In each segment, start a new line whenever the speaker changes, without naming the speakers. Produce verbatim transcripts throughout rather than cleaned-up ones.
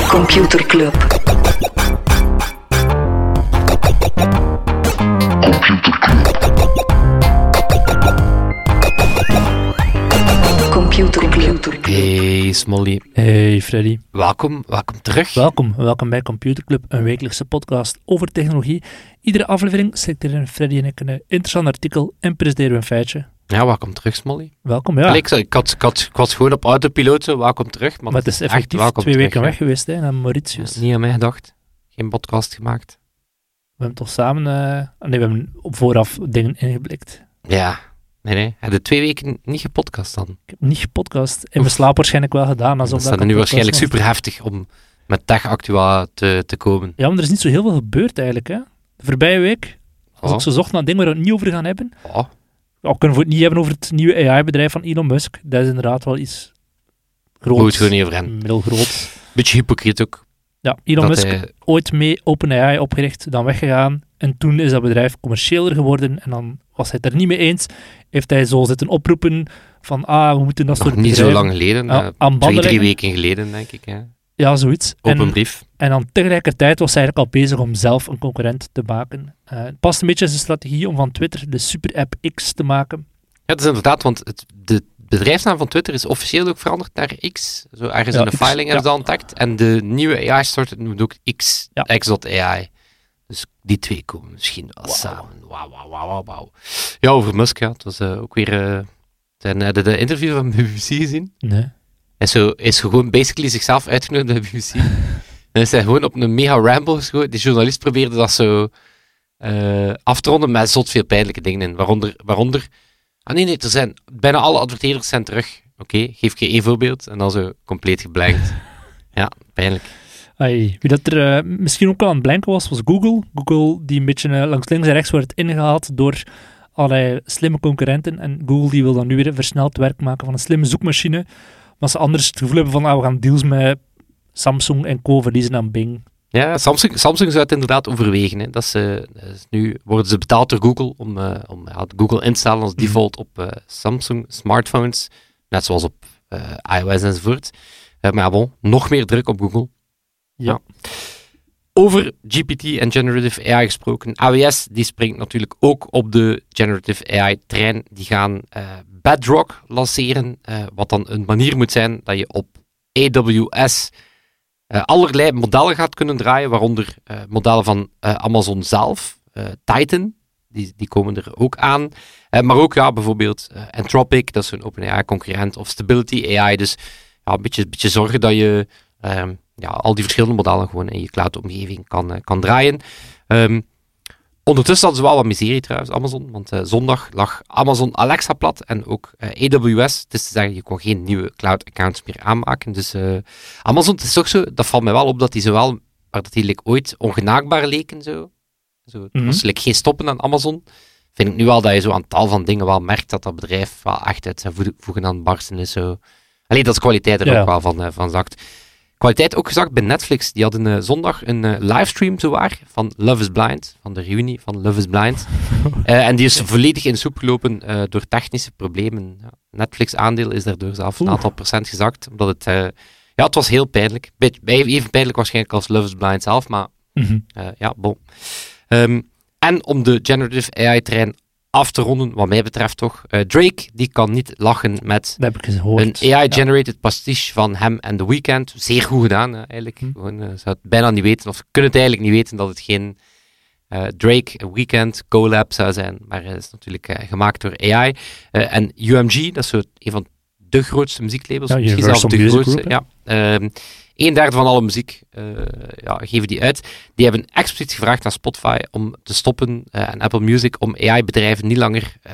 Computer Club. Computer Club.
Hey Smolly.
Hey Freddy.
Welkom, welkom terug.
Welkom, welkom bij Computer Club, een wekelijkse podcast over technologie. Iedere aflevering selecteren Freddy en ik een interessant artikel en presenteren we een feitje.
Ja, welkom terug Smolly.
Welkom, ja.
Allee, ik, ik, had, ik, had, ik was gewoon op autopiloot, zo, welkom terug. Maar,
maar het is effectief
welkom
twee
terug,
weken
ja.
weg geweest, hè, naar Mauritius.
Ja, niet aan mij gedacht. Geen podcast gemaakt.
We hebben toch samen, uh, nee, we hebben op vooraf dingen ingeblikt.
Ja, nee, nee. Heb je twee weken niet gepodcast dan?
Ik heb niet gepodcast. In mijn slaap waarschijnlijk wel gedaan.
Dat is dan nu waarschijnlijk super heftig om met tech-actua te, te komen.
Ja, maar er is niet zo heel veel gebeurd eigenlijk, hè. De voorbije week, als
oh.
ik zo zocht naar dingen waar we het niet over gaan hebben,
Oh.
ja, kunnen we het niet hebben over het nieuwe A I-bedrijf van Elon Musk. Dat is inderdaad wel iets groots.
Goed, gewoon niet over hen.
Middelgroot.
Beetje hypocriet ook.
Ja, Elon
dat
Musk,
hij...
ooit mee OpenAI opgericht, dan weggegaan. En toen is dat bedrijf commerciëler geworden. En dan was hij het er niet mee eens. Heeft hij zo zitten oproepen van, ah, we moeten dat
Nog
soort
niet
bedrijven...
zo lang geleden.
Ja,
uh,
aan
twee, drie
leggen.
weken geleden, denk ik. Hè.
Ja, zoiets.
Open
en,
brief.
en dan tegelijkertijd was hij eigenlijk al bezig om zelf een concurrent te maken. Uh, het past een beetje in zijn strategie om van Twitter de super-app X te maken.
Ja, dat is inderdaad, want het, de bedrijfsnaam van Twitter is officieel ook veranderd naar X. Zo ergens
Ja,
in de
X,
filing hebben ze
ja.
dat ontdekt. En de nieuwe A I-start noemt ook X,
Ja.
X dot A I. Dus die twee komen misschien wel
Wauw.
samen. Wauw, wauw, wauw, wauw, wauw. Ja, over Musk, ja. Het was uh, ook weer... Uh, zijn, uh, de, de interview van B B C gezien?
Nee.
Hij is, zo, is gewoon basically zichzelf uitgenodigd bij B B C. En is hij gewoon op een mega ramble geschoten. Die journalist probeerde dat zo uh, af te ronden met zot veel pijnlijke dingen in. Waaronder... waaronder Ah nee, nee, er zijn bijna alle adverteerders zijn terug. Oké, okay, geef ik je één voorbeeld en dan zo compleet geblankt. Ja, pijnlijk.
Ai, wie dat er uh, misschien ook al aan het blanken was, was Google. Google die een beetje uh, langs links en rechts wordt ingehaald door allerlei slimme concurrenten. En Google die wil dan nu weer versneld werk maken van een slimme zoekmachine. Maar ze anders het gevoel hebben van, ah, we gaan deals met Samsung en co verliezen aan Bing.
Ja, Samsung, Samsung zou het inderdaad overwegen. Hè. Dat ze, dat is nu worden ze betaald door Google om, uh, om ja, Google in te stellen als default op uh, Samsung smartphones. Net zoals op uh, iOS enzovoort. Uh, maar ja, bon, nog meer druk op Google.
Ja.
Ja. Over G P T en Generative A I gesproken. A W S die springt natuurlijk ook op de Generative A I-trein. Die gaan uh, Bedrock lanceren, uh, wat dan een manier moet zijn dat je op A W S uh, allerlei modellen gaat kunnen draaien, waaronder uh, modellen van uh, Amazon zelf, uh, Titan, die, die komen er ook aan. Uh, maar ook ja, bijvoorbeeld uh, Anthropic, dat is een OpenAI-concurrent, of Stability A I. Dus ja, een beetje, beetje zorgen dat je... Um, ja, al die verschillende modellen gewoon in je cloud-omgeving kan, uh, kan draaien. Um, ondertussen hadden ze wel wat miserie trouwens, Amazon, want uh, zondag lag Amazon Alexa plat en ook uh, A W S. Het is te zeggen, je kon geen nieuwe cloud-accounts meer aanmaken. Dus uh, Amazon, het is toch zo, dat valt mij wel op dat die zowel, maar dat die like, ooit ongenaakbaar leken, zo. zo het
Mm-hmm.
was like, geen stoppen aan Amazon. Vind ik nu wel dat je zo aan tal van dingen wel merkt dat dat bedrijf wel echt uit zijn voegen aan het barsten is. Zo. Allee, dat is kwaliteit er
Ja.
ook wel van, uh, van zakt. Kwaliteit ook gezakt bij Netflix. Die hadden uh, zondag een uh, livestream zowaar van Love is Blind, van de reunie van Love is Blind. uh, en die is volledig in de soep gelopen uh, door technische problemen. Ja, Netflix-aandeel is daardoor zelfs een aantal procent gezakt, omdat het... Uh, ja, het was heel pijnlijk. Beetje, even pijnlijk waarschijnlijk als Love is Blind zelf, maar
Mm-hmm.
uh, ja, bon. Um, en om de Generative A I-trein af te ronden, wat mij betreft toch, uh, Drake, die kan niet lachen met
Dat heb ik gehoord.
een A I-generated ja. pastiche van hem en The Weeknd. Zeer goed gedaan, uh, eigenlijk.
Hm.
Gewoon, uh, ze zou het bijna niet weten, of ze kunnen het eigenlijk niet weten dat het geen uh, Drake Weeknd collab zou zijn. Maar het uh, is natuurlijk uh, gemaakt door A I. Uh, en U M G, dat is zo een van de grootste muzieklabels.
Ja,
misschien zelfs de
Universal
grootste.
Music Group,
ja. Um, een derde van alle muziek uh, ja, geven die uit. Die hebben expliciet gevraagd aan Spotify om te stoppen uh, en Apple Music om A I-bedrijven niet langer uh,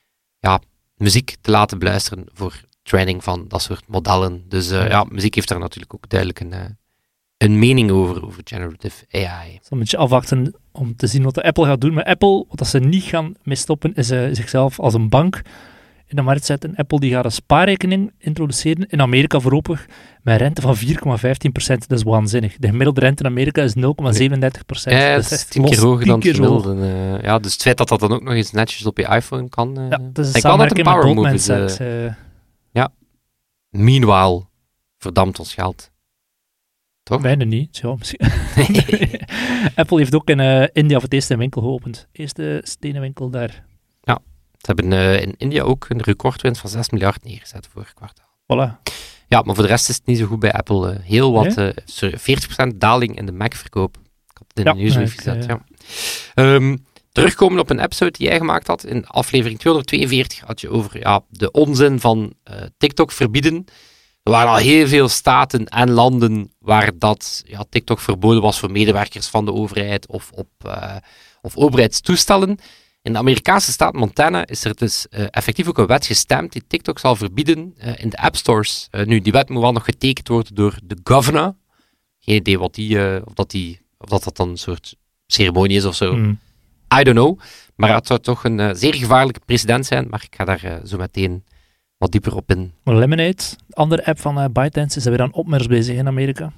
ja, muziek te laten beluisteren voor training van dat soort modellen. Dus uh, ja, muziek heeft daar natuurlijk ook duidelijk een, uh, een mening over, over generative A I.
Ik zal een beetje afwachten om te zien wat de Apple gaat doen. Maar Apple, wat ze niet gaan mee stoppen, is uh, zichzelf als een bank in de markt zetten. Apple die gaat een spaarrekening introduceren in Amerika voorlopig met een rente van vier komma vijftien procent. Dat is waanzinnig. De gemiddelde rente in Amerika is nul komma zevenendertig procent.
Ja,
dat
is
echt
tien keer
los,
hoger
tien
dan het
keer zo.
gemiddelde. Uh, ja, dus het feit dat dat dan ook nog eens netjes op je iPhone kan... Uh,
Ja, dat is
ik
een
wel dat een
samenwerking met
power move
Goldman
is. Uh,
Sachs. Uh,
meanwhile, verdampt ons geld. toch?
Bijna niet. Ja, misschien. Apple heeft ook in uh, India voor het eerst een winkel geopend. Eerste stenen winkel daar.
Ja, ze hebben uh, in India ook een recordwinst van zes miljard neergezet vorig kwartaal.
Voilà.
Ja, maar voor de rest is het niet zo goed bij Apple. Uh, heel wat,
nee?
uh, sorry, veertig procent daling in de Mac-verkoop. Ik had het in
ja,
de nieuwsbrief
ik,
gezet,
uh,
ja. Um, terugkomen op een episode die jij gemaakt had. In aflevering tweehonderdtweeënveertig had je over ja, de onzin van uh, TikTok verbieden. Er waren al heel veel staten en landen waar dat ja, TikTok verboden was voor medewerkers van de overheid of op uh, of overheidstoestellen. In de Amerikaanse staat Montana is er dus uh, effectief ook een wet gestemd die TikTok zal verbieden uh, in de app stores. Uh, nu, die wet moet wel nog getekend worden door de governor. Geen idee wat die, uh, of, dat die, of dat dat dan een soort ceremonie is of zo.
Mm.
I don't know. Maar het zou toch een uh, zeer gevaarlijke precedent zijn, maar ik ga daar uh, zo meteen wat dieper op in.
Lemonade, de andere app van uh, ByteDance, is er weer aan opmars bezig in Amerika.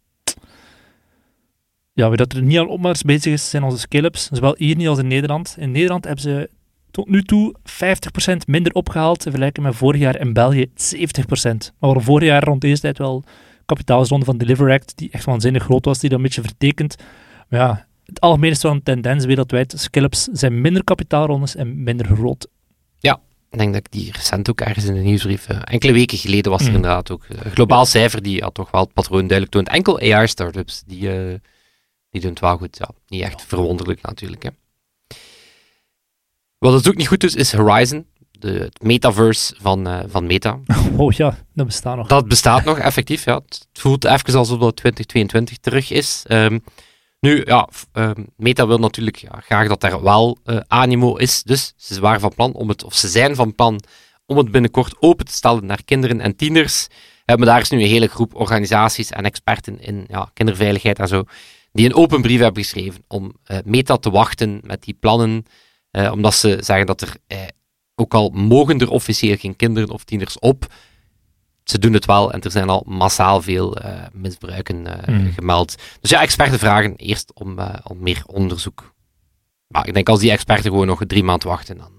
Ja, wie dat er niet aan opmars bezig is, zijn onze scale-ups. Zowel hier niet als in Nederland. In Nederland hebben ze tot nu toe vijftig procent minder opgehaald in vergelijking met vorig jaar. In België zeventig procent. Maar we vorig jaar rond deze tijd wel kapitaalsronde van Deliveract, die echt waanzinnig groot was, die dat een beetje vertekent. Maar ja, het algemeen is wel een tendens wereldwijd. Scale-ups zijn minder kapitaalrondes en minder groot.
Ja, ik denk dat ik die recent ook ergens in de nieuwsbrief... Uh, enkele weken geleden was er
mm.
inderdaad ook een globaal cijfer die ja, toch wel het patroon duidelijk toont. Enkel A I-startups, die, uh, die doen het wel goed. Ja, niet echt verwonderlijk natuurlijk. Hè. Wat het ook niet goed doet, is Horizon. De, het metaverse van, uh, van Meta.
Oh ja, dat bestaat nog.
Dat bestaat nog, effectief. Ja. Het voelt even alsof dat twintig tweeëntwintig terug is. Um, nu, ja, um, Meta wil natuurlijk ja, graag dat er wel uh, animo is. Dus ze waren van plan om het, of ze zijn van plan om het binnenkort open te stellen naar kinderen en tieners. Uh, maar daar is nu een hele groep organisaties en experten in ja, kinderveiligheid en zo, die een open brief hebben geschreven om uh, Meta te wachten met die plannen. Uh, omdat ze zeggen dat er... Uh, Ook al mogen er officieel geen kinderen of tieners op, ze doen het wel en er zijn al massaal veel uh, misbruiken uh, mm. gemeld. Dus ja, experten vragen eerst om, uh, om meer onderzoek. Maar ik denk als die experten gewoon nog drie maanden wachten, dan,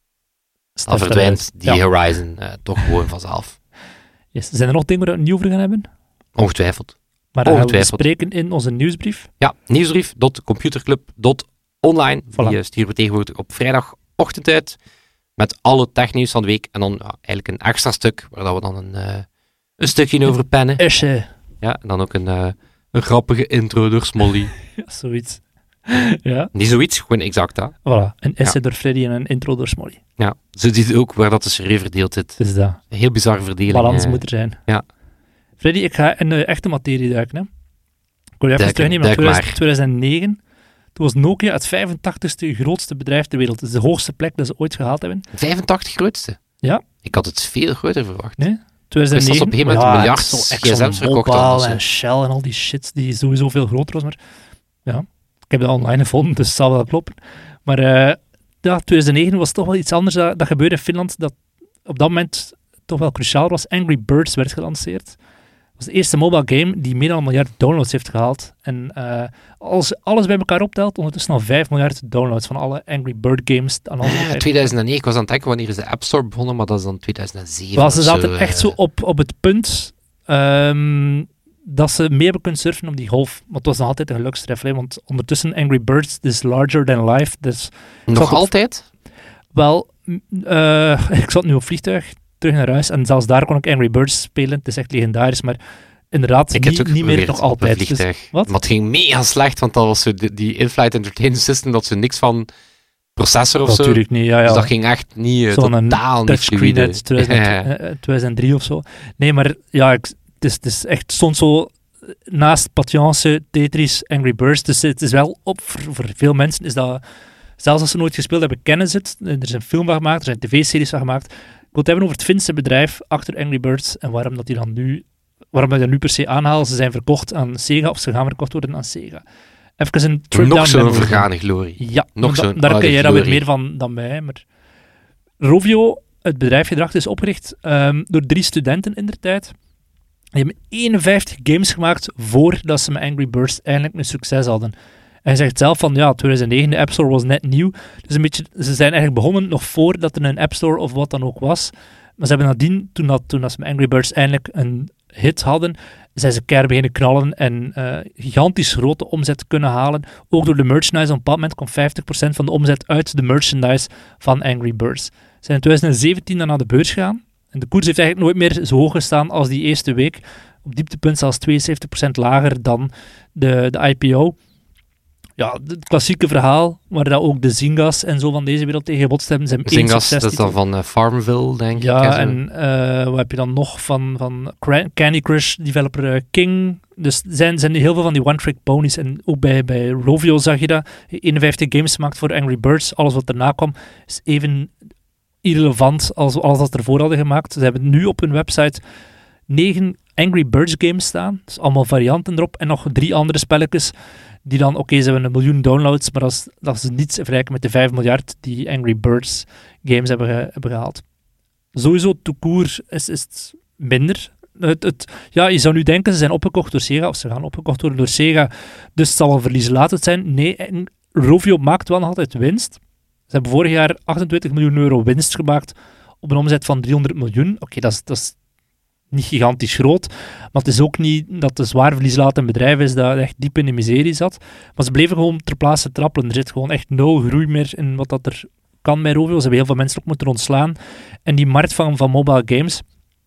dan verdwijnt die ja. Horizon uh, toch gewoon vanzelf.
Yes. Zijn er nog dingen waar we het niet over gaan hebben?
Ongetwijfeld.
Maar Ongetwijfeld. we spreken in onze nieuwsbrief.
Ja, nieuwsbrief dot computerclub dot online. Voilà. Die uh, sturen we tegenwoordig op vrijdagochtend uit. Met alle technieuws van de week. En dan ja, eigenlijk een extra stuk, waar we dan een, uh, een stukje over pennen.
Essay.
Ja, en dan ook een, uh, een grappige intro door Smolly.
Ja, zoiets. Ja.
Niet zoiets, gewoon exact dat.
Voilà, een essay ja. door Freddy en een intro door Smolly.
Ja, zo ziet het ook waar dat de serieus verdeeld zit.
Dus dat.
Een heel bizarre verdeling.
Balans
uh,
moet er zijn.
Ja.
Freddy, ik ga in de echte materie duiken. Hè. Ik wil je even terugnemen naar tweeduizend negen. Toen was Nokia het vijfentachtigste grootste bedrijf ter wereld. Dat is de hoogste plek dat ze ooit gehaald hebben.
vijfentachtig grootste?
Ja.
Ik had het veel groter verwacht.
Nee, tweeduizend negen.
Dus dat op een gegeven moment ja, een miljard G S M's verkocht
had. En Shell en al die shit die sowieso veel groter was. Maar ja, ik heb dat online gevonden, dus het zal wel kloppen. Maar uh, ja, tweeduizend negen was toch wel iets anders. Dat, dat gebeurde in Finland, dat op dat moment toch wel cruciaal was. Angry Birds werd gelanceerd. Dat was de eerste mobile game die meer dan een miljard downloads heeft gehaald. En uh, als alles bij elkaar optelt, ondertussen al vijf miljard downloads van alle Angry Bird games. Aan alle
ja, tweeduizend negen, ik was aan het denken wanneer is de App Store begonnen, maar dat is dan tweeduizend zeven.
Wel, ze zaten
zo,
echt zo op, op het punt um, dat ze mee hebben kunnen surfen op die golf. Maar het was nog altijd een gelukstreffer, want ondertussen Angry Birds is larger than life. Dus
nog altijd?
Op, wel, uh, ik zat nu op vliegtuig terug naar huis en zelfs daar kon ik Angry Birds spelen. Het is echt legendarisch, maar inderdaad
ik
niet, niet meer nog altijd.
Dus, wat? Maar het ging mega slecht, want dat was zo die, die in-flight entertainment system, dat ze niks van processor of
dat
zo.
Natuurlijk niet, ja, ja.
Dus dat ging echt niet, uh, totaal niet
fluide. Uit tweeduizend drie of zo. Nee, maar ja, ik, het, is, het is echt stond zo naast Patience, Tetris, Angry Birds. Dus het is wel op, voor, voor veel mensen is dat, zelfs als ze nooit gespeeld hebben, kennen ze het. Er is een film van gemaakt, er zijn tv-series van gemaakt. Ik wil het hebben over het Finse bedrijf achter Angry Birds en waarom dat die dan nu, waarom dat die nu per se aanhalen. Ze zijn verkocht aan Sega, of ze gaan verkocht worden aan Sega. Even een trip
Nog zo'n vergane glorie.
Ja,
Nog
da,
zo'n
daar ken jij dan weer meer
glorie.
van dan mij. Maar Rovio, het bedrijf hierachter, is opgericht um, door drie studenten in der tijd. Die hebben eenenvijftig games gemaakt voordat ze met Angry Birds eigenlijk een succes hadden. En hij zegt zelf van, ja, tweeduizend negen, de App Store was net nieuw. Dus een beetje, ze zijn eigenlijk begonnen nog voordat er een App Store of wat dan ook was. Maar ze hebben nadien, toen, dat, toen dat ze met Angry Birds eindelijk een hit hadden, zijn ze keihard beginnen knallen en uh, gigantisch grote omzet kunnen halen. Ook door de merchandise. Op een bepaald moment kwam vijftig procent van de omzet uit de merchandise van Angry Birds. Ze zijn in twintig zeventien dan naar de beurs gegaan. En de koers heeft eigenlijk nooit meer zo hoog gestaan als die eerste week. Op dieptepunt zelfs tweeënzeventig procent lager dan de, de I P O. Ja, het klassieke verhaal, waar dat ook de Zynga's en zo van deze wereld tegen gebotst hebben. Ze hebben
Zynga's, dat is dan van uh, Farmville, denk
ja,
ik.
Ja, en uh, wat heb je dan nog van, van Candy Crush developer uh, King. Dus er zijn, zijn heel veel van die one-trick ponies. En ook bij, bij Rovio zag je dat. eenenvijftig games gemaakt voor Angry Birds. Alles wat daarna kwam is even irrelevant als alles wat ze ervoor hadden gemaakt. Ze hebben nu op hun website negen Angry Birds games staan. Dus allemaal varianten erop. En nog drie andere spelletjes die dan, oké, okay, ze hebben een miljoen downloads, maar dat is, dat is niets vergelijken met de vijf miljard die Angry Birds games hebben, ge, hebben gehaald. Sowieso, tout court is, is het minder. Het, het, ja, je zou nu denken, ze zijn opgekocht door Sega, of ze gaan opgekocht worden door Sega, dus het zal een verlies laten zijn. Nee, Rovio maakt wel nog altijd winst. Ze hebben vorig jaar achtentwintig miljoen euro winst gemaakt op een omzet van driehonderd miljoen. Oké, okay, dat is... Dat is niet gigantisch groot, maar het is ook niet dat het zwaar verlieslatend bedrijf is dat echt diep in de miserie zat. Maar ze bleven gewoon ter plaatse trappelen. Er zit gewoon echt nul groei meer in wat dat er kan bij Rovio. Ze hebben heel veel mensen ook moeten ontslaan. En die markt van, van mobile games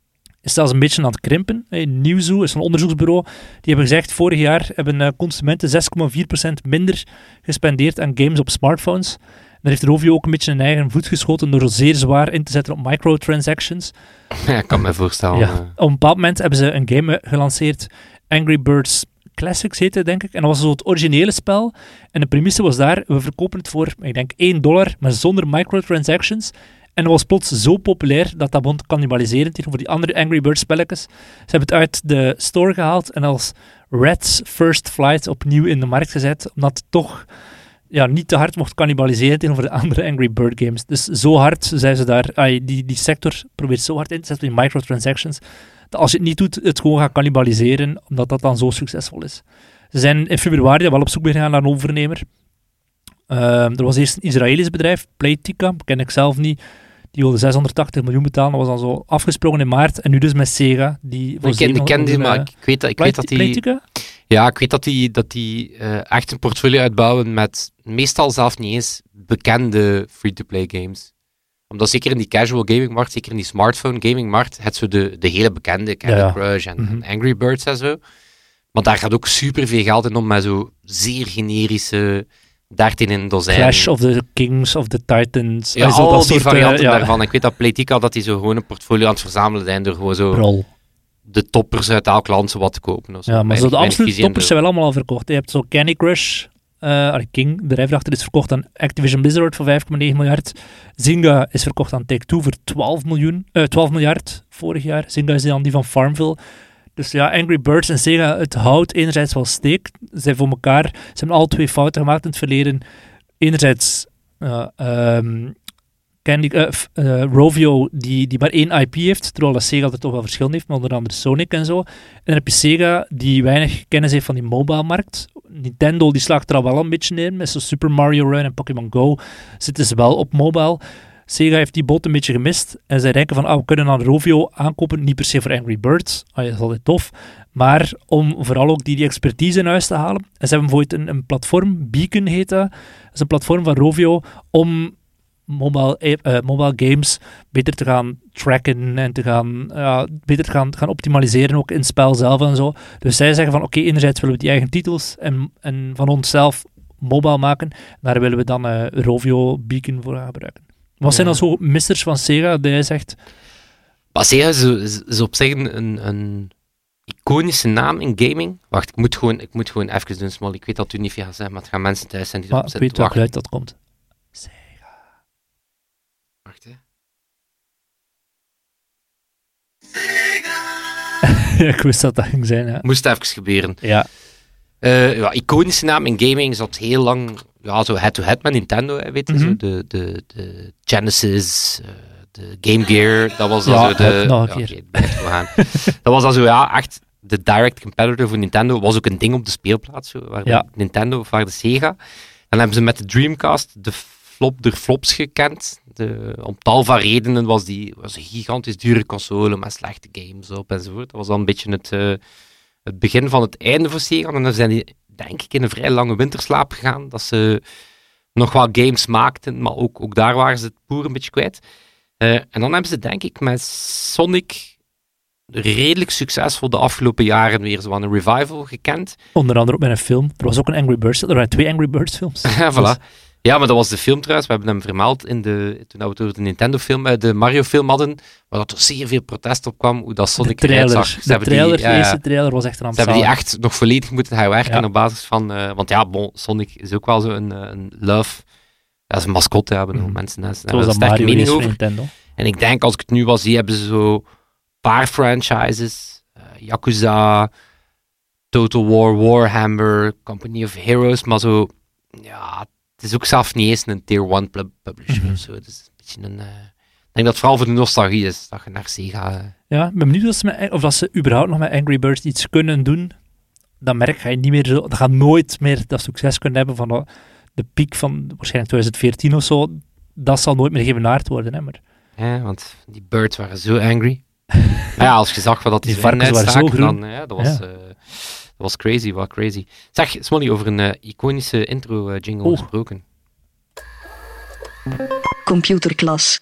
is zelfs een beetje aan het krimpen. Newzoo is een onderzoeksbureau. Die hebben gezegd, vorig jaar hebben consumenten zes komma vier procent minder gespendeerd aan games op smartphones. Daar heeft Rovio ook een beetje een eigen voet geschoten door zeer zwaar in te zetten op microtransactions.
Ja, ik kan me voorstellen.
Ja. Op een bepaald moment hebben ze een game gelanceerd, Angry Birds Classics heette het, denk ik. En dat was zo het originele spel. En de premisse was daar, we verkopen het voor, ik denk, één dollar, maar zonder microtransactions. En dat was plots zo populair dat dat begon te cannibaliseren tegen voor die andere Angry Birds spelletjes. Ze hebben het uit de store gehaald en als Red's First Flight opnieuw in de markt gezet, omdat het toch... ja, niet te hard mocht cannibaliseren tegenover de andere Angry Bird games. Dus zo hard zijn ze daar... Ay, die, die sector probeert zo hard in te zetten in microtransactions, dat als je het niet doet, het gewoon gaat cannibaliseren, omdat dat dan zo succesvol is. Ze zijn in februari wel op zoek gegaan naar een overnemer. Uh, er was eerst een Israëlisch bedrijf, Playtika, ken ik zelf niet. Die wilde zeshonderdtachtig miljoen betalen. Dat was dan zo afgesproken in maart. En nu dus met Sega. Die
ik ken, ik ken die, maar ik weet dat, ik weet dat die...
Playtika?
Ja, ik weet dat die, dat die uh, echt een portfolio uitbouwen met meestal zelf niet eens bekende free-to-play games. Omdat zeker in die casual gaming-markt, zeker in die smartphone gaming-markt, het zo de, de hele bekende Candy ja, ja. Crush en, mm-hmm. en Angry Birds en zo. Maar daar gaat ook super veel geld in om met zo zeer generische dertien in een dozijn.
Clash of the Kings of the Titans.
Ja, al dat die soort, varianten uh, ja. daarvan. Ik weet dat Playtika dat die zo gewoon een portfolio aan het verzamelen zijn door gewoon zo...
Brol.
de toppers uit elk land zo wat te kopen. Of zo.
Ja, maar
mijn,
zo de absolute toppers zijn wel allemaal al verkocht. Je hebt zo Candy Crush, uh, King, de bedrijf erachter is verkocht aan Activision Blizzard voor vijf komma negen miljard. Zynga is verkocht aan Take-Two voor twaalf miljoen, uh, twaalf miljard vorig jaar. Zynga is dan die van Farmville. Dus ja, Angry Birds en Sega, het houdt enerzijds wel steek. Ze zijn voor elkaar, ze hebben al twee fouten gemaakt in het verleden. Enerzijds... Uh, um, Candy, uh, uh, Rovio, die, die maar één I P heeft, terwijl de Sega er toch wel verschil heeft, maar onder andere Sonic en zo. En dan heb je Sega, die weinig kennis heeft van die mobile-markt. Nintendo, die slaagt er al wel een beetje in, met zo Super Mario Run en Pokémon Go zitten ze wel op mobile. Sega heeft die boot een beetje gemist en zij denken van, ah, we kunnen dan Rovio aankopen, niet per se voor Angry Birds, ah, dat is altijd tof, maar om vooral ook die, die expertise in huis te halen. En ze hebben bijvoorbeeld een, een platform, Beacon heet dat, dat is een platform van Rovio, om Mobile, uh, mobile games beter te gaan tracken en te gaan, uh, beter te gaan, gaan optimaliseren, ook in het spel zelf en zo. Dus zij zeggen van, oké, okay, enerzijds willen we die eigen titels en, en van onszelf mobile maken, daar willen we dan uh, Rovio Beacon voor gaan gebruiken. Wat zijn dan zo misters van Sega, dat jij zegt?
Maar Sega is, is, is op zich een, een iconische naam in gaming. Wacht, ik moet gewoon, ik moet gewoon even doen, Small. Ik weet dat u niet veel gaat zeggen, maar het gaan mensen thuis zijn die erop zitten.
Ik weet welk geluid dat komt.
Wacht, hè.
Ja, ik wist dat dat ging zijn, ja.
Moest even gebeuren.
Ja.
Uh, ja, iconische naam in gaming zat heel lang ja, zo head-to-head met Nintendo, hè, weet je, mm-hmm. zo de, de, de Genesis, uh, de Game Gear, dat was
ja,
dan zo de...
nog een
ja,
keer.
Okay, gaan. Dat was dan zo, ja, echt de direct competitor voor Nintendo, was ook een ding op de speelplaats, zo, waar
ja.
de Nintendo of waar de Sega. Dan hebben ze met de Dreamcast de flop der flops gekend. De, om tal van redenen was die was een gigantisch dure console met slechte games op enzovoort. Dat was dan een beetje het, uh, het begin van het einde voor Sega. En dan zijn die, denk ik, in een vrij lange winterslaap gegaan. Dat ze nog wel games maakten, maar ook, ook daar waren ze het poer een beetje kwijt. Uh, en dan hebben ze, denk ik, met Sonic redelijk succesvol de afgelopen jaren weer zo aan een revival gekend.
Onder andere ook met een film. Er was ook een Angry Birds. Er waren twee Angry Birds films.
Ja, voilà. Ja, maar dat was de film trouwens. We hebben hem vermeld in de, toen we het over de Nintendo-film, de Mario-film hadden, waar dat er zeer veel protest op kwam, hoe dat Sonic eruit zag. Ze
de trailer,
die,
de
ja,
eerste trailer was echt een
Ze hebben die echt nog volledig moeten gaan werken
ja.
op basis van... Uh, want ja, bon, Sonic is ook wel zo een, een love... Dat is een mascotte, hebben mm. mensen daar hebben een sterke mening over.
Nintendo.
En ik denk, als ik het nu wel zie, hebben ze zo een paar franchises. Uh, Yakuza, Total War, Warhammer, Company of Heroes, maar zo... Ja, het is ook zelf niet eens een tier one publisher mm-hmm. of zo. Het is een beetje een... Uh, ik denk dat het vooral voor de nostalgie is, dat je naar Sega... Uh...
Ja, ik ben benieuwd of ze, met, of dat ze überhaupt nog met Angry Birds iets kunnen doen. Dat merk ga je niet meer zo... Dat gaat nooit meer dat succes kunnen hebben van de, de piek van waarschijnlijk twintig veertien of zo. Dat zal nooit meer geëvenaard worden, hè, maar...
Ja, want die birds waren zo angry. Ja, als je zag wat dat die,
die varkens waren zo groen.
Dan, ja, dat was... Ja. Uh, Dat was crazy, wat crazy. Zeg, Smolly, over een uh, iconische intro-jingle uh, gesproken.
Computerklas.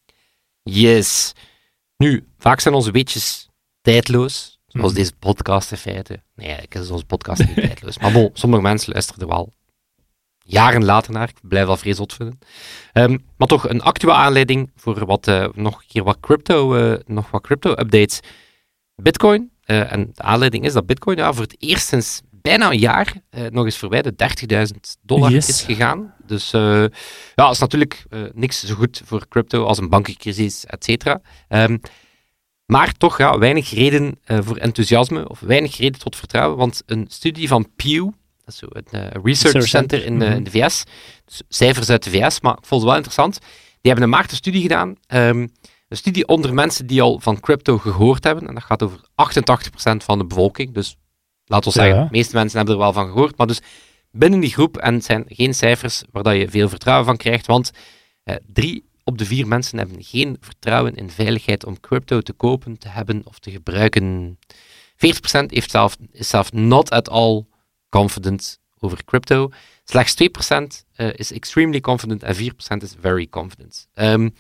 Yes. Nu, vaak zijn onze weetjes tijdloos, zoals
mm.
deze podcast in feite. Nee, eigenlijk is onze podcast niet tijdloos. Maar bon, sommige mensen luisteren er wel jaren later naar. Ik blijf wel vrij zot vinden. Um, maar toch, een actuele aanleiding voor wat, uh, nog een keer wat crypto, uh, nog wat crypto-updates. Bitcoin. Uh, en de aanleiding is dat Bitcoin ja, voor het eerst sinds bijna een jaar uh, nog eens voorbij de dertigduizend dollar
yes.
is gegaan. Dus uh, ja, dat is natuurlijk uh, niks zo goed voor crypto als een bankencrisis, et cetera. Um, maar toch ja, weinig reden uh, voor enthousiasme, of weinig reden tot vertrouwen, want een studie van Pew, dat is zo een uh, research, research center in, uh, in de V S, dus cijfers uit de V S, maar ik vond het wel interessant, die hebben een maartenstudie gedaan, um, een studie onder mensen die al van crypto gehoord hebben. En dat gaat over achtentachtig procent van de bevolking. Dus laten we zeggen, ja. de meeste mensen hebben er wel van gehoord. Maar dus binnen die groep, en het zijn geen cijfers waar dat je veel vertrouwen van krijgt, want eh, drie op de vier mensen hebben geen vertrouwen in veiligheid om crypto te kopen, te hebben of te gebruiken. veertig procent heeft zelf, is zelf not at all confident over crypto. Slechts twee procent uh, is extremely confident en vier procent is very confident. Um,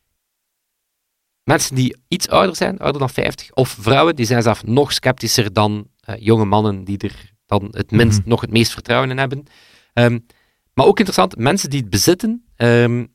Mensen die iets ouder zijn, ouder dan vijftig, of vrouwen, die zijn zelf nog sceptischer dan uh, jonge mannen die er dan het minst, mm-hmm. nog het meest vertrouwen in hebben. Um, maar ook interessant, mensen die het bezitten, um,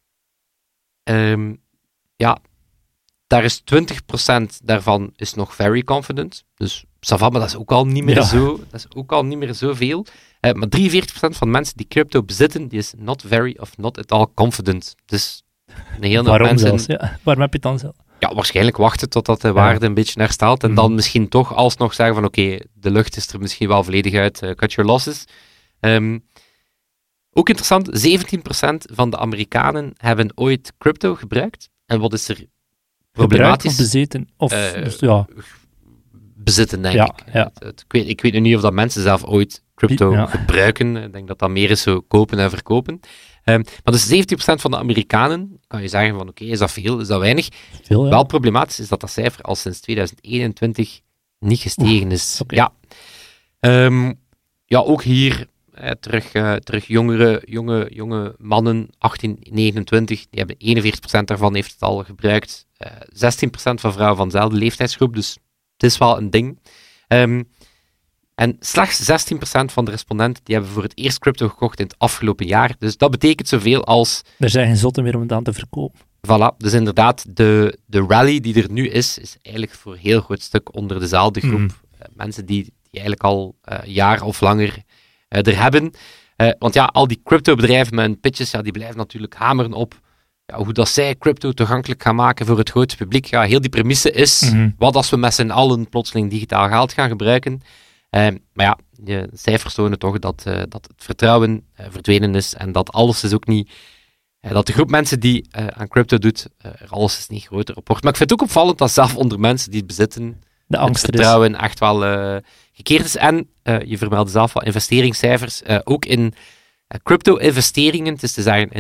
um, ja, daar is twintig procent daarvan is nog very confident. Dus maar dat is ook al niet meer ja. zo, dat is ook al niet meer zoveel. Uh, maar drieënveertig procent van de mensen die crypto bezitten, die is not very of not at all confident. Dus een hele
Waarom
mensen,
zelfs? Ja. Waarom heb je het dan zelf?
Ja, waarschijnlijk wachten totdat de waarde ja. een beetje herstelt en mm. dan misschien toch alsnog zeggen van oké, okay, de lucht is er misschien wel volledig uit, uh, cut your losses. Um, ook interessant, zeventien procent van de Amerikanen hebben ooit crypto gebruikt. En wat is er problematisch?
Of bezitten? Of,
uh,
dus, ja.
Bezitten, denk
ja,
ik.
Ja.
Het, het, ik. weet, ik weet niet of dat mensen zelf ooit crypto ja. gebruiken. Ik denk dat dat meer is zo kopen en verkopen. Um, maar dus zeventien procent van de Amerikanen, kan je zeggen van oké, okay, is dat veel, is dat weinig?
Veel, ja.
Wel problematisch is dat dat cijfer al sinds twintig eenentwintig niet gestegen Oeh, is.
Okay.
Ja. Um, ja, ook hier eh, terug, uh, terug jongere, jonge, jonge mannen, achttien, negenentwintig, die hebben eenenveertig procent daarvan heeft het al gebruikt. Uh, zestien procent van vrouwen van dezelfde leeftijdsgroep, dus het is wel een ding. Um, En slechts zestien procent van de respondenten die hebben voor het eerst crypto gekocht in het afgelopen jaar. Dus dat betekent zoveel als...
Er zijn geen zotten meer om het aan te verkopen.
Voilà, dus inderdaad, de, de rally die er nu is, is eigenlijk voor een heel groot stuk onder dezelfde groep. Mm. Uh, mensen die, die eigenlijk al een uh, jaar of langer uh, er hebben. Uh, want ja, al die crypto-bedrijven met hun pitches, ja, die blijven natuurlijk hameren op ja, hoe dat zij crypto toegankelijk gaan maken voor het grote publiek. Ja, heel die premisse is, mm-hmm. wat als we met z'n allen plotseling digitaal geld gaan gebruiken... Uh, maar ja, de cijfers tonen toch dat, uh, dat het vertrouwen uh, verdwenen is en dat alles is ook niet... Uh, dat de groep mensen die uh, aan crypto doet, uh, er alles is niet groter op wordt. Maar ik vind het ook opvallend dat zelf onder mensen die het bezitten,
de angst
het vertrouwen is. echt wel uh, gekeerd is. En uh, je vermeldde zelf wel investeringscijfers, uh, ook in uh, crypto-investeringen, het is te zeggen in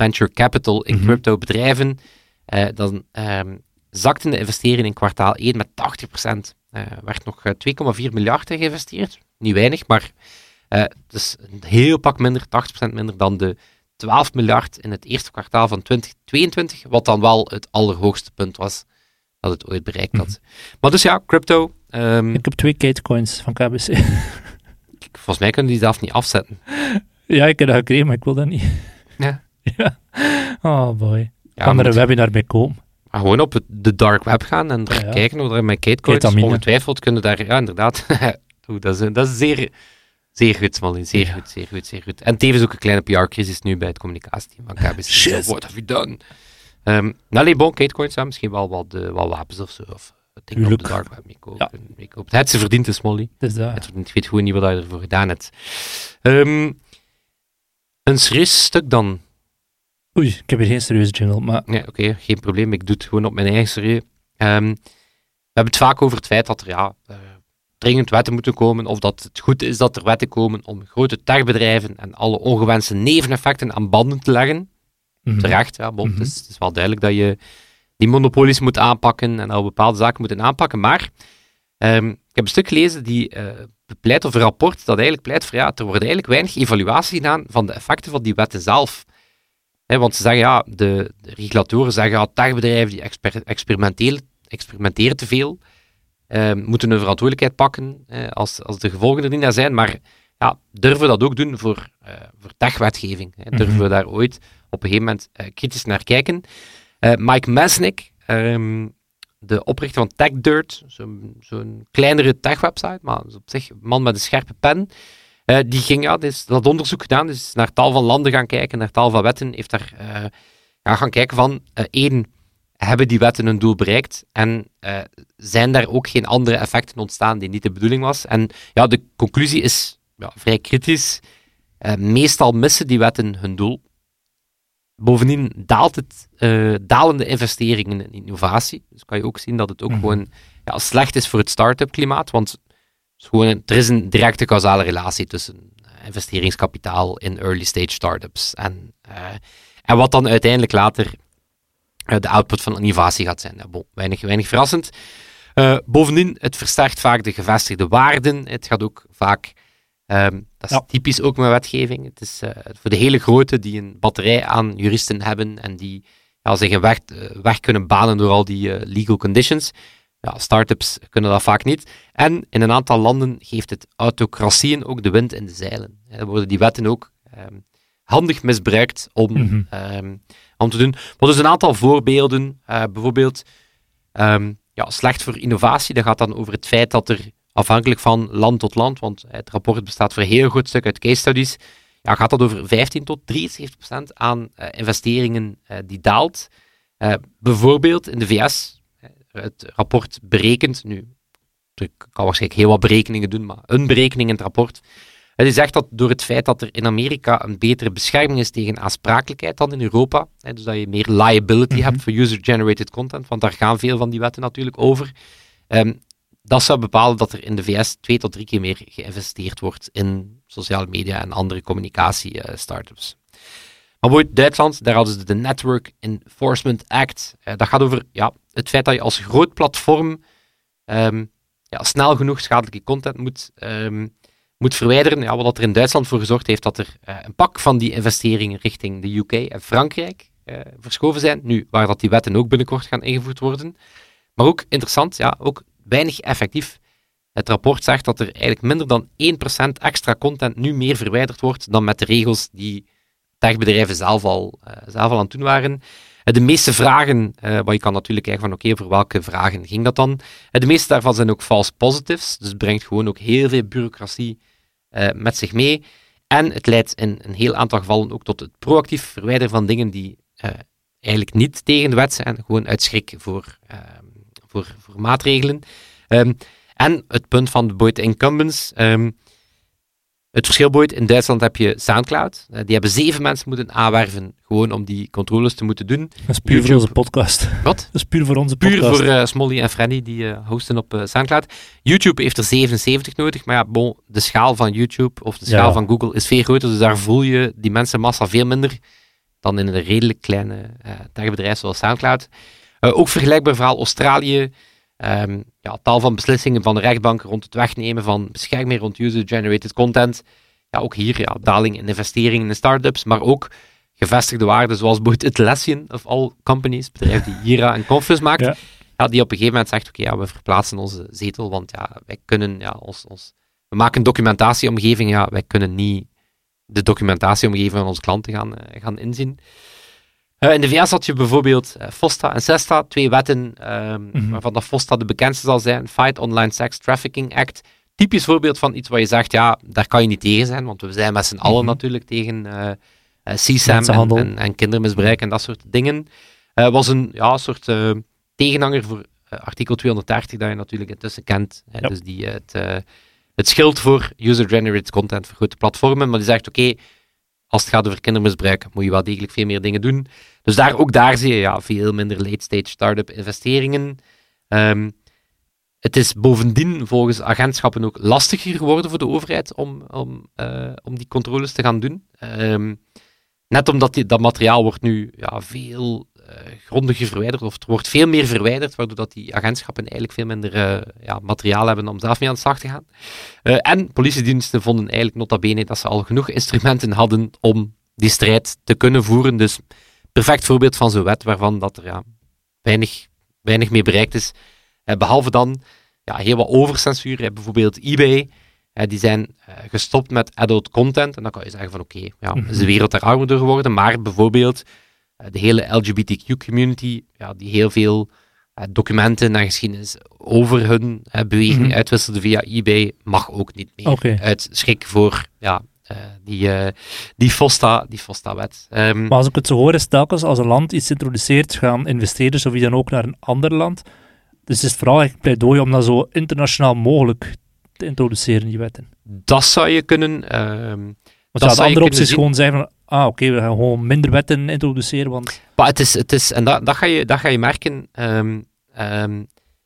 venture capital in
Mhm.
crypto bedrijven, uh, dan um, zakten de investeringen in kwartaal één met tachtig procent. Er uh, werd nog uh, twee komma vier miljard in geïnvesteerd. Niet weinig, maar uh, dus een heel pak minder, tachtig procent minder dan de twaalf miljard in het eerste kwartaal van twintig tweeëntwintig, wat dan wel het allerhoogste punt was dat het ooit bereikt had. Mm-hmm. Maar dus ja, crypto. Um,
ik heb twee Katecoins van K B C.
Volgens mij kunnen die zelf niet afzetten.
Ja, ik heb dat gekregen, maar ik wil dat niet.
Ja.
ja. Oh boy.
Ja,
kan er een webinar bij komen?
Maar gewoon op het, de dark web gaan en ja, ja. kijken hoe er met Katecoins ongetwijfeld kunnen daar... Ja, inderdaad. dat, is, dat is zeer, zeer goed, Smolly. Zeer ja. goed, zeer goed, zeer goed. En tevens ook een kleine P R-crisis nu bij het communicatieteam van K B C.
Shit.
What have you done? Um, nou, nee, bon, Katecoins, ja, misschien wel wat, uh, wat wapens of zo. Of dingen op de dark web mee kopen. Ja. Mee kopen. Het ze verdient, de Smolly.
Het
verdient. Ik weet gewoon niet wat je ervoor gedaan hebt. Um, een serieus stuk dan.
Oei, ik heb hier geen serieuze jingle, maar...
Nee, oké, okay, geen probleem. Ik doe het gewoon op mijn eigen serieus. Um, we hebben het vaak over het feit dat er ja, uh, dringend wetten moeten komen, of dat het goed is dat er wetten komen om grote techbedrijven en alle ongewenste neveneffecten aan banden te leggen. Mm-hmm. Terecht, ja, bon, mm-hmm. het, is, het is wel duidelijk dat je die monopolies moet aanpakken en al bepaalde zaken moeten aanpakken, maar um, ik heb een stuk gelezen die uh, bepleit, of een rapport dat eigenlijk pleit voor, ja, er wordt eigenlijk weinig evaluatie gedaan van de effecten van die wetten zelf. He, want ze zeggen, ja, de, de regulatoren zeggen, ja, techbedrijven die exper- experimenteren, experimenteren te veel, uh, moeten hun verantwoordelijkheid pakken uh, als, als de gevolgen er niet naar zijn, maar ja, durven we dat ook doen voor, uh, voor techwetgeving? Hè? Durven mm-hmm. we daar ooit op een gegeven moment uh, kritisch naar kijken? Uh, Mike Mesnick, um, de oprichter van TechDirt, zo'n, zo'n kleinere techwebsite, maar op zich een man met een scherpe pen, uh, die ging ja, dus dat onderzoek gedaan, dus naar tal van landen gaan kijken, naar tal van wetten, heeft daar uh, ja, gaan kijken van, uh, één, hebben die wetten hun doel bereikt en uh, zijn daar ook geen andere effecten ontstaan die niet de bedoeling was? En ja, de conclusie is ja, vrij kritisch. Uh, meestal missen die wetten hun doel. Bovendien daalt het, uh, dalen de investeringen in innovatie. Dus kan je ook zien dat het ook mm-hmm. gewoon ja, slecht is voor het start-up klimaat, want is gewoon een, er is een directe causale relatie tussen uh, investeringskapitaal in early stage startups en, uh, en wat dan uiteindelijk later uh, de output van innovatie gaat zijn. Ja, bon, weinig, weinig verrassend. Uh, bovendien, het versterkt vaak de gevestigde waarden. Het gaat ook vaak... Um, dat is ja. typisch ook met wetgeving. Het is uh, voor de hele grote die een batterij aan juristen hebben en die ja, zich een weg, uh, weg kunnen banen door al die uh, legal conditions. Ja, start-ups kunnen dat vaak niet. En in een aantal landen geeft het autocratieën ook de wind in de zeilen. Ja, dan worden die wetten ook um, handig misbruikt om, mm-hmm. um, om te doen. Maar dus een aantal voorbeelden. Uh, bijvoorbeeld um, ja, slecht voor innovatie. Dat gaat dan over het feit dat er afhankelijk van land tot land, want het rapport bestaat voor een heel goed stuk uit case studies, ja, gaat dat over vijftien tot drieënzeventig procent aan uh, investeringen uh, die daalt. Uh, bijvoorbeeld in de V S, uh, het rapport berekent, nu, ik kan waarschijnlijk heel wat berekeningen doen, maar een berekening in het rapport, uh, die zegt dat door het feit dat er in Amerika een betere bescherming is tegen aansprakelijkheid dan in Europa, uh, dus dat je meer liability mm-hmm. hebt voor user-generated content, want daar gaan veel van die wetten natuurlijk over, um, dat zou bepalen dat er in de V S twee tot drie keer meer geïnvesteerd wordt in sociale media en andere communicatie-startups. Uh, maar bijvoorbeeld Duitsland, daar hadden ze de Network Enforcement Act. Uh, dat gaat over ja, het feit dat je als groot platform um, ja, snel genoeg schadelijke content moet, um, moet verwijderen. Ja, wat er in Duitsland voor gezorgd heeft dat er uh, een pak van die investeringen richting de U K en Frankrijk uh, verschoven zijn. Nu, waar dat die wetten ook binnenkort gaan ingevoerd worden. Maar ook interessant, ja, ook weinig effectief. Het rapport zegt dat er eigenlijk minder dan één procent extra content nu meer verwijderd wordt dan met de regels die techbedrijven zelf al, uh, zelf al aan het doen waren. Uh, de meeste vragen, uh, maar je kan natuurlijk kijken van oké, okay, voor welke vragen ging dat dan? Uh, de meeste daarvan zijn ook false positives, dus het brengt gewoon ook heel veel bureaucratie uh, met zich mee. En het leidt in een heel aantal gevallen ook tot het proactief verwijderen van dingen die uh, eigenlijk niet tegen de wet zijn, gewoon uit schrik voor... Uh, Voor, voor maatregelen. Um, en het punt van de Boyd Incumbents. Um, het verschil, Boyd, in Duitsland heb je Soundcloud. Uh, die hebben zeven mensen moeten aanwerven, gewoon om die controles te moeten doen.
Dat is puur YouTube. Voor onze podcast.
Wat?
Dat is puur voor onze
puur
podcast.
Puur voor uh, Smolly en Freddy, die uh, hosten op uh, Soundcloud. YouTube heeft er zevenenzeventig nodig, maar ja, bon, de schaal van YouTube of de schaal ja. van Google is veel groter, dus daar voel je die mensenmassa veel minder. dan in een redelijk kleine uh, techbedrijf zoals SoundCloud. Uh, ook vergelijkbaar verhaal Australië. Um, ja, tal van beslissingen van de rechtbank rond het wegnemen van bescherming rond user-generated content. Ja, ook hier ja, daling in investeringen in start-ups, maar ook gevestigde waarden zoals bijvoorbeeld Atlassian of all companies, het bedrijf die Jira en Confluence maakt, ja. Ja, die op een gegeven moment zegt, oké, okay, ja, we verplaatsen onze zetel, want ja, wij kunnen ja, ons, ons, we maken een documentatieomgeving, ja, wij kunnen niet de documentatieomgeving van onze klanten gaan, uh, gaan inzien. Uh, in de V S had je bijvoorbeeld uh, FOSTA en SESTA, twee wetten, um, mm-hmm. waarvan dat FOSTA de bekendste zal zijn, Fight Online Sex Trafficking Act. Typisch voorbeeld van iets waar je zegt, ja, daar kan je niet tegen zijn, want we zijn met z'n allen mm-hmm. natuurlijk tegen uh, uh, C S A M en, en, en kindermisbruik en dat soort dingen. Uh, was een ja, soort uh, tegenhanger voor uh, artikel tweehonderddertig, dat je natuurlijk intussen kent. Hè, yep. Dus die, uh, het, uh, het schild voor user-generated content voor grote platformen, maar die zegt, oké, okay, als het gaat over kindermisbruik, moet je wel degelijk veel meer dingen doen. Dus daar, ook daar zie je ja, veel minder late-stage start-up investeringen. Um, het is bovendien volgens agentschappen ook lastiger geworden voor de overheid om, om, uh, om die controles te gaan doen. Um, net omdat die, dat materiaal wordt nu ja, veel uh, grondiger verwijderd, of er wordt veel meer verwijderd, waardoor dat die agentschappen eigenlijk veel minder uh, ja, materiaal hebben om zelf mee aan de slag te gaan. Uh, en politiediensten vonden eigenlijk nota bene dat ze al genoeg instrumenten hadden om die strijd te kunnen voeren. Dus perfect voorbeeld van zo'n wet waarvan dat er ja, weinig, weinig mee bereikt is. Uh, behalve dan ja, heel wat overcensuur. Uh, bijvoorbeeld eBay. Uh, die zijn uh, gestopt met adult content. En dan kan je zeggen van oké, okay, ja, mm-hmm. is de wereld daar armer door geworden. Maar bijvoorbeeld uh, de hele L G B T Q community, ja, die heel veel uh, documenten en geschiedenis over hun uh, beweging mm-hmm. uitwisselde via eBay, mag ook niet meer.
Okay.
Uit schrik voor ja, uh, die, uh, die FOSTA, die FOSTA-wet. Um,
maar als ik het zo hoor, is telkens als een land iets introduceert, gaan investeerders of wie dan ook naar een ander land. Dus is het vooral echt pleidooi om dat zo internationaal mogelijk te introduceren, die wetten.
Dat zou je kunnen... Um,
want ja, de andere optie is gewoon zeggen van, ah, oké, okay, we gaan gewoon minder wetten introduceren, want...
Maar het is, het is en dat, dat, ga je, dat ga je merken... Um, um,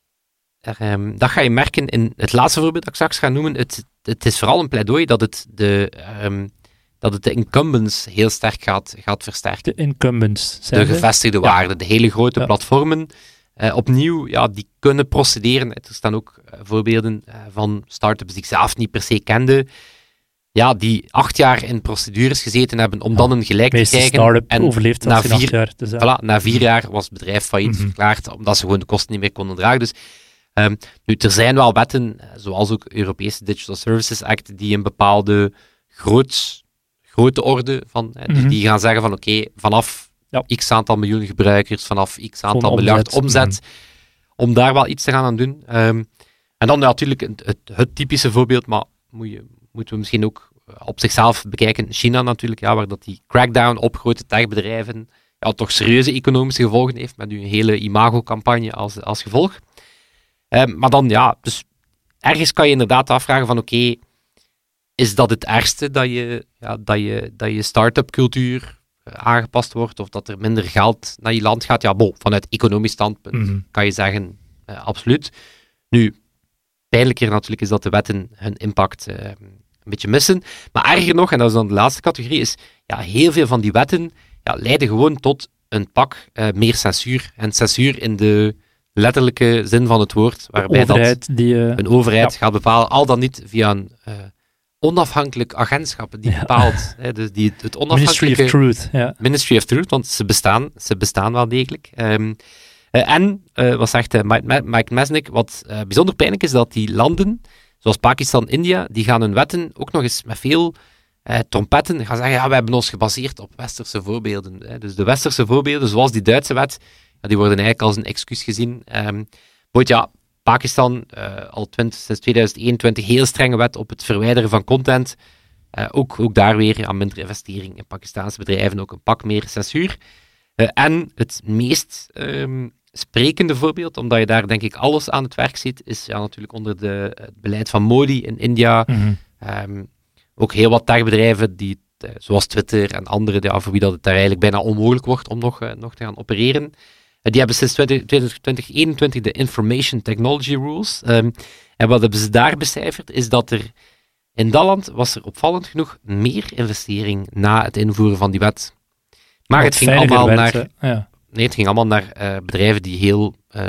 er, um, dat ga je merken in het laatste voorbeeld dat ik straks ga noemen. Het, het is vooral een pleidooi dat het de... Um, dat het de incumbents heel sterk gaat, gaat versterken.
De incumbents,
zijn De gevestigde ja. waarden, de hele grote ja. platformen... Uh, opnieuw, ja, die kunnen procederen. Er staan ook uh, voorbeelden uh, van start-ups die ik zelf niet per se kende, ja, die acht jaar in procedures gezeten hebben om ja, dan een gelijk te krijgen.
Start-up en overleeft na vier, acht jaar. Dus, uh,
voilà, na vier jaar was het bedrijf failliet mm-hmm. verklaard, omdat ze gewoon de kosten niet meer konden dragen. Dus, um, nu, er zijn wel wetten, zoals ook Europese Digital Services Act, die een bepaalde groot, grote orde van, mm-hmm. dus die gaan zeggen van oké, okay, vanaf ja. x aantal miljoen gebruikers, vanaf x aantal Van miljard omzet, omzet mm-hmm. om daar wel iets te gaan aan doen. Um, en dan ja, natuurlijk het, het, het typische voorbeeld, maar moet je, moeten we misschien ook op zichzelf bekijken. China natuurlijk, ja, waar dat die crackdown op grote techbedrijven ja, toch serieuze economische gevolgen heeft, met nu een hele imago-campagne als, als gevolg. Um, maar dan, ja, dus ergens kan je inderdaad afvragen van oké, okay, is dat het ergste dat je, ja, dat je, dat je start-up cultuur aangepast wordt, of dat er minder geld naar je land gaat. Ja, bon, vanuit economisch standpunt mm-hmm. kan je zeggen, uh, absoluut. Nu, pijnlijker natuurlijk is dat de wetten hun impact uh, een beetje missen. Maar erger nog, en dat is dan de laatste categorie, is ja, heel veel van die wetten ja, leiden gewoon tot een pak uh, meer censuur. En censuur in de letterlijke zin van het woord, waarbij
overheid,
dat
die, uh,
een overheid
ja.
gaat bepalen, al dan niet via een uh, onafhankelijk agentschap die ja. bepaalt. Hè, dus die, het onafhankelijke...
Ministry of Truth. Ja.
Ministry of Truth, want ze bestaan, ze bestaan wel degelijk. Um, uh, en, uh, wat zegt uh, Mike, Mike Mesnick, wat uh, bijzonder pijnlijk is, dat die landen, zoals Pakistan, India, die gaan hun wetten ook nog eens met veel uh, trompetten gaan zeggen, ja, we hebben ons gebaseerd op westerse voorbeelden. Hè. Dus de westerse voorbeelden, zoals die Duitse wet, ja, die worden eigenlijk als een excuus gezien. Um, ja, Pakistan, uh, al twintig, sinds tweeduizend eenentwintig, heel strenge wet op het verwijderen van content. Uh, ook, ook daar weer ja, minder investering in Pakistaanse bedrijven, ook een pak meer censuur. Uh, en het meest um, sprekende voorbeeld, omdat je daar denk ik alles aan het werk ziet, is ja, natuurlijk onder de, het beleid van Modi in India. Mm-hmm. Um, ook heel wat techbedrijven, die, uh, zoals Twitter en andere, ja, voor wie dat het daar eigenlijk bijna onmogelijk wordt om nog, uh, nog te gaan opereren. Die hebben sinds twintig eenentwintig de Information Technology Rules. Um, en wat hebben ze daar becijferd, is dat er in dat land was er opvallend genoeg meer investering na het invoeren van die wet. Maar
Wat
het ging
veiliger
allemaal
werd,
naar...
hè. Ja.
Nee, het ging allemaal naar uh, bedrijven die heel uh,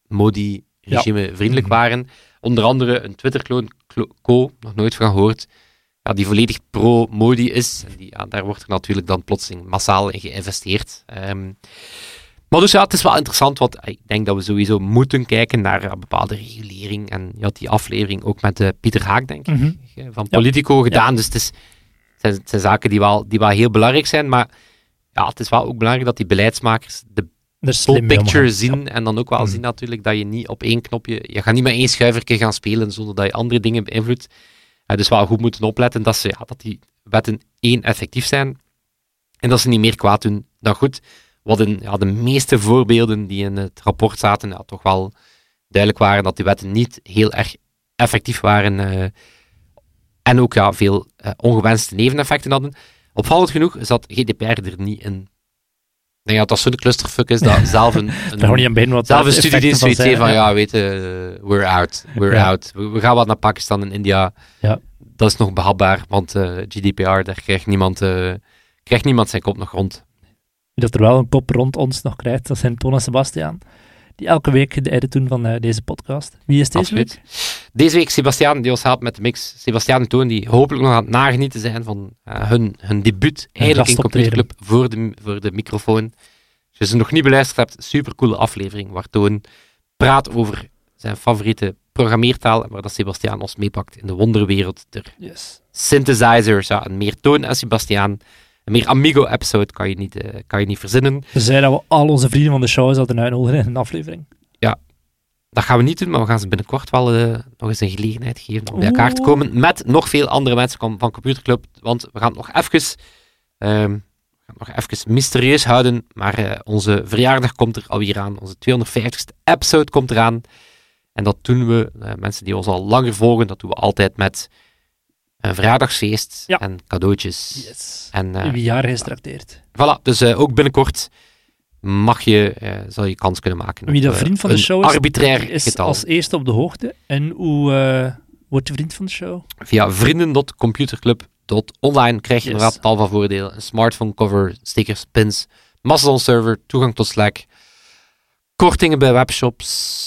Modi-regime-vriendelijk
Ja.
waren. Onder andere een Twitter-kloon, Co, nog nooit van gehoord, ja, die volledig pro-Modi is. En die, ja, daar wordt er natuurlijk dan plotseling massaal in geïnvesteerd. Um, maar dus ja, het is wel interessant, want ik denk dat we sowieso moeten kijken naar een bepaalde regulering. En je had die aflevering ook met uh, Pieter Haak, denk ik,
Mm-hmm.
van Politico ja. gedaan.
Ja.
Dus het, is, het, zijn, het zijn zaken die wel, die wel heel belangrijk zijn, maar ja, het is wel ook belangrijk dat die beleidsmakers de full picture zien ja. en dan ook wel mm. zien natuurlijk dat je niet op één knopje, je gaat niet met één schuivertje gaan spelen zonder dat je andere dingen beïnvloedt. Uh, dus wel goed moeten opletten dat, ze, ja, dat die wetten één effectief zijn en dat ze niet meer kwaad doen dan goed. Wat in ja, de meeste voorbeelden die in het rapport zaten, ja, toch wel duidelijk waren dat die wetten niet heel erg effectief waren uh, en ook ja, veel uh, ongewenste neveneffecten hadden. Opvallend genoeg zat G D P R er niet in. Ik denk dat dat zo'n clusterfuck is dat zelf een, een,
wat
zelf een studiedienst zoiets heeft van, ja, weet je, uh, we're out, we're ja. out. We, we gaan wat naar Pakistan en India.
Ja.
Dat is nog behapbaar, want uh, G D P R, daar krijgt niemand, uh, krijgt niemand zijn kop nog rond.
Wie dat er wel een kop rond ons nog krijgt, dat zijn Toon en Sebastiaan, die elke week de edit doen van uh, deze podcast. Wie is deze
Absoluut.
week?
Deze week Sebastiaan, die ons helpt met de mix. Sebastiaan en Toon, die hopelijk nog aan het nagenieten zijn van uh, hun, hun debuut, eigenlijk in Computerclub, voor de, voor de microfoon. Als je ze nog niet beluisterd hebt, supercoole aflevering, waar Toon praat over zijn favoriete programmeertaal, en waar dat Sebastiaan ons meepakt in de wonderwereld der
yes.
synthesizers. Ja, en meer Toon en Sebastiaan. Een meer Amigo-episode kan je niet, uh, kan je niet verzinnen.
We zeiden dat we al onze vrienden van de show zouden uitnodigen in een aflevering.
Ja, dat gaan we niet doen, maar we gaan ze binnenkort wel uh, nog eens een gelegenheid geven om bij elkaar te komen met nog veel andere mensen van Computerclub, want we gaan het nog even, um, we gaan het nog even mysterieus houden, maar uh, onze verjaardag komt er alweer aan, onze tweehonderdvijftigste episode komt eraan, en dat doen we, uh, mensen die ons al langer volgen, dat doen we altijd met een verjaardagsfeest ja. en cadeautjes.
Yes.
En uh,
wie jaar gestrakteerd.
Voilà, dus uh, ook binnenkort mag je, uh, zal je kans kunnen maken.
Wie dat vriend van de show is,
arbitrair
is
getal.
Als eerste op de hoogte. En hoe uh, wordt je vriend van de show?
Via vrienden dot computerclub dot online krijg je yes. inderdaad tal van voordelen. Een smartphone cover, stickers, pins, Mastodon server, toegang tot Slack, kortingen bij webshops.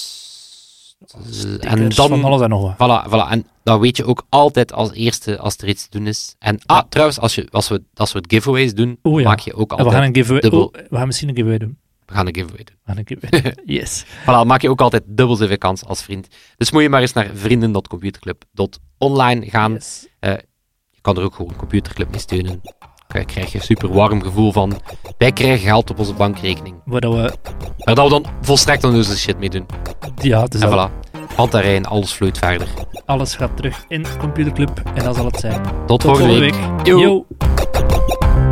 Stickers, en dan van alles en nog wat.
Voilà, voilà. En dan weet je ook altijd als eerste als er iets te doen is. En ah, ja. trouwens, als, je, als we dat soort giveaways doen,
oh, ja.
maak je ook altijd
we gaan een giveaway,
dubbel...
oh, we gaan misschien een giveaway doen.
We gaan een giveaway doen.
We gaan een giveaway doen. Yes.
Voilà, maak je ook altijd dubbel zoveel kans als vriend. Dus moet je maar eens naar vrienden dot computerclub dot online gaan.
Yes.
Uh, je kan er ook gewoon Computerclub mee steunen. Daar krijg je een super warm gevoel van. Wij krijgen geld op onze bankrekening.
Waar dat we...
Waar dat we dan volstrekt aan onze shit mee doen.
Ja, het is
en
al...
voilà. Hand daarin, alles vloeit verder.
Alles gaat terug in Computerclub en dat zal het zijn.
Tot,
Tot
volgende,
volgende week.
week. Yo.
Yo.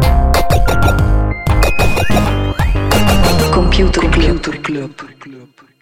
Computerclub. Computerclub.